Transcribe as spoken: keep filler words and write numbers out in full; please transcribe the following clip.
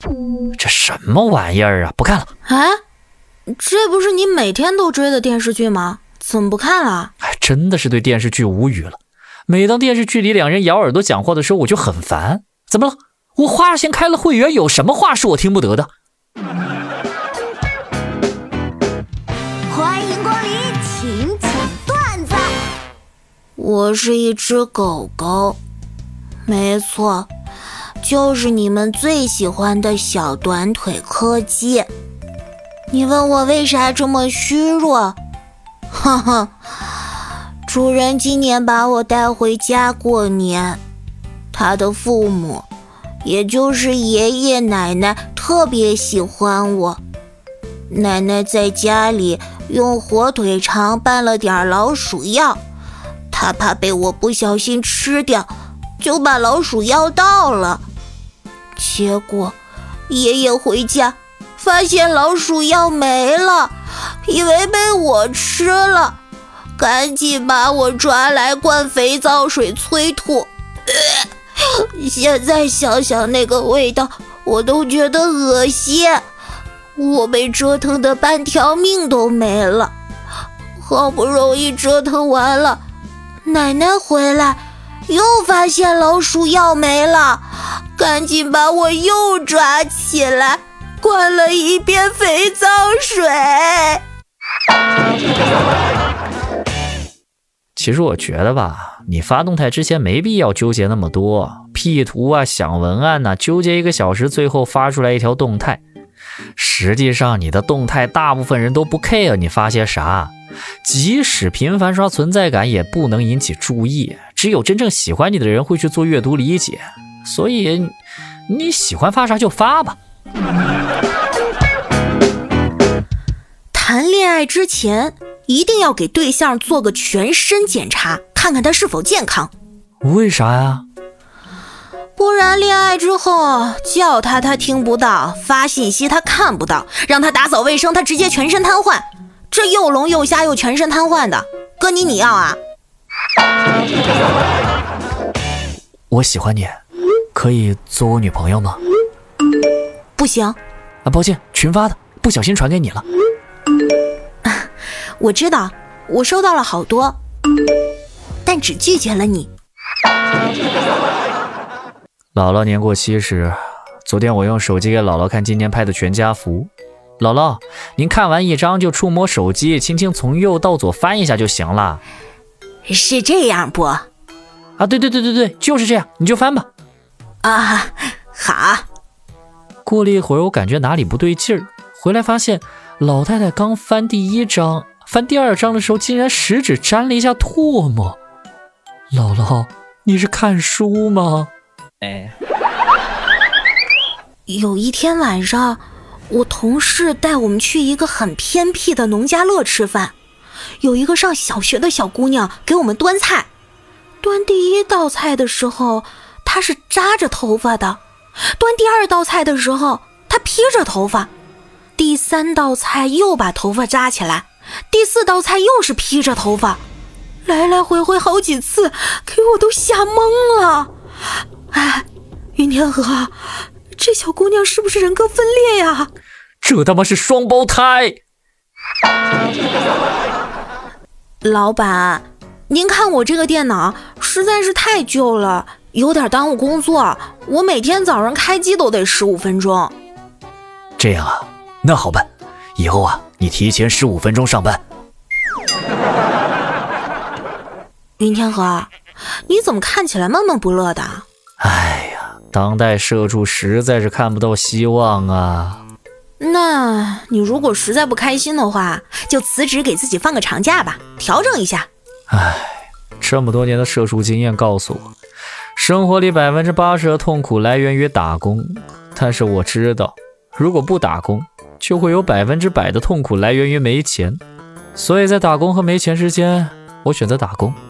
这什么玩意儿啊，不看了。 哎，这不是你每天都追的电视剧吗？怎么不看了？ 哎，真的是对电视剧无语了。每当电视剧里两人咬耳朵讲话的时候，我就很烦。怎么了？我花钱开了会员，有什么话是我听不得的？ 欢迎光临请讲段子。 我是一只狗狗，没错，就是你们最喜欢的小短腿柯基。你问我为啥这么虚弱？呵呵，主人今年把我带回家过年，他的父母，也就是爷爷奶奶特别喜欢我。奶奶在家里用火腿肠拌了点老鼠药，她怕被我不小心吃掉，就把老鼠药倒了。结果爷爷回家发现老鼠药没了，以为被我吃了，赶紧把我抓来灌肥皂水催吐。呃、现在想想那个味道，我都觉得恶心。我被折腾的半条命都没了，好不容易折腾完了，奶奶回来又发现老鼠药没了，赶紧把我又抓起来灌了一遍肥皂水。 其实我觉得吧，你发动态之前没必要纠结那么多，P 图啊想文案啊，纠结一个小时，最后发出来一条动态。实际上你的动态大部分人都不 care 你发些啥，即使频繁刷存在感也不能引起注意，只有真正喜欢你的人会去做阅读理解，所以你喜欢发啥就发吧。 谈恋爱之前一定要给对象做个全身检查，看看他是否健康。 为啥呀？ 不然恋爱之后叫他他听不到，发信息他看不到，让他打扫卫生他直接全身瘫痪，这又聋又瞎又全身瘫痪的，哥你你要啊？ 我喜欢你，可以做我女朋友吗？ 不行啊，抱歉，群发的，不小心传给你了。 我知道，我收到了好多，但只拒绝了你。 姥姥年过七十，昨天我用手机给姥姥看今年拍的全家福。姥姥，您看完一张就触摸手机，轻轻从右到左翻一下就行了。 是这样不？ 啊，对对对对对，就是这样，你就翻吧。 啊，好。 过了一会儿，我感觉哪里不对劲儿，回来发现老太太刚翻第一张，翻第二张的时候，竟然食指沾了一下唾沫。姥姥，你是看书吗？哎， 有一天晚上，我同事带我们去一个很偏僻的农家乐吃饭，有一个上小学的小姑娘给我们端菜。端第一道菜的时候，她是扎着头发的；端第二道菜的时候，她披着头发；第三道菜又把头发扎起来；第四道菜又是披着头发，来来回回好几次，给我都吓懵了。哎，云天河，这小姑娘是不是人格分裂呀？ 这他妈是双胞胎！ 老板，您看我这个电脑实在是太旧了，有点耽误工作，我每天早上开机都得十五分钟。 这样啊，那好办，以后啊，你提前十五分钟上班。 云天河，你怎么看起来闷闷不乐的？ 哎呀，当代社畜实在是看不到希望啊。 那你如果实在不开心的话，就辞职给自己放个长假吧，调整一下。 哎，这么多年的社畜经验告诉我，生活里百分之八十的痛苦来源于打工，但是我知道，如果不打工，就会有百分之百的痛苦来源于没钱。所以在打工和没钱之间，我选择打工。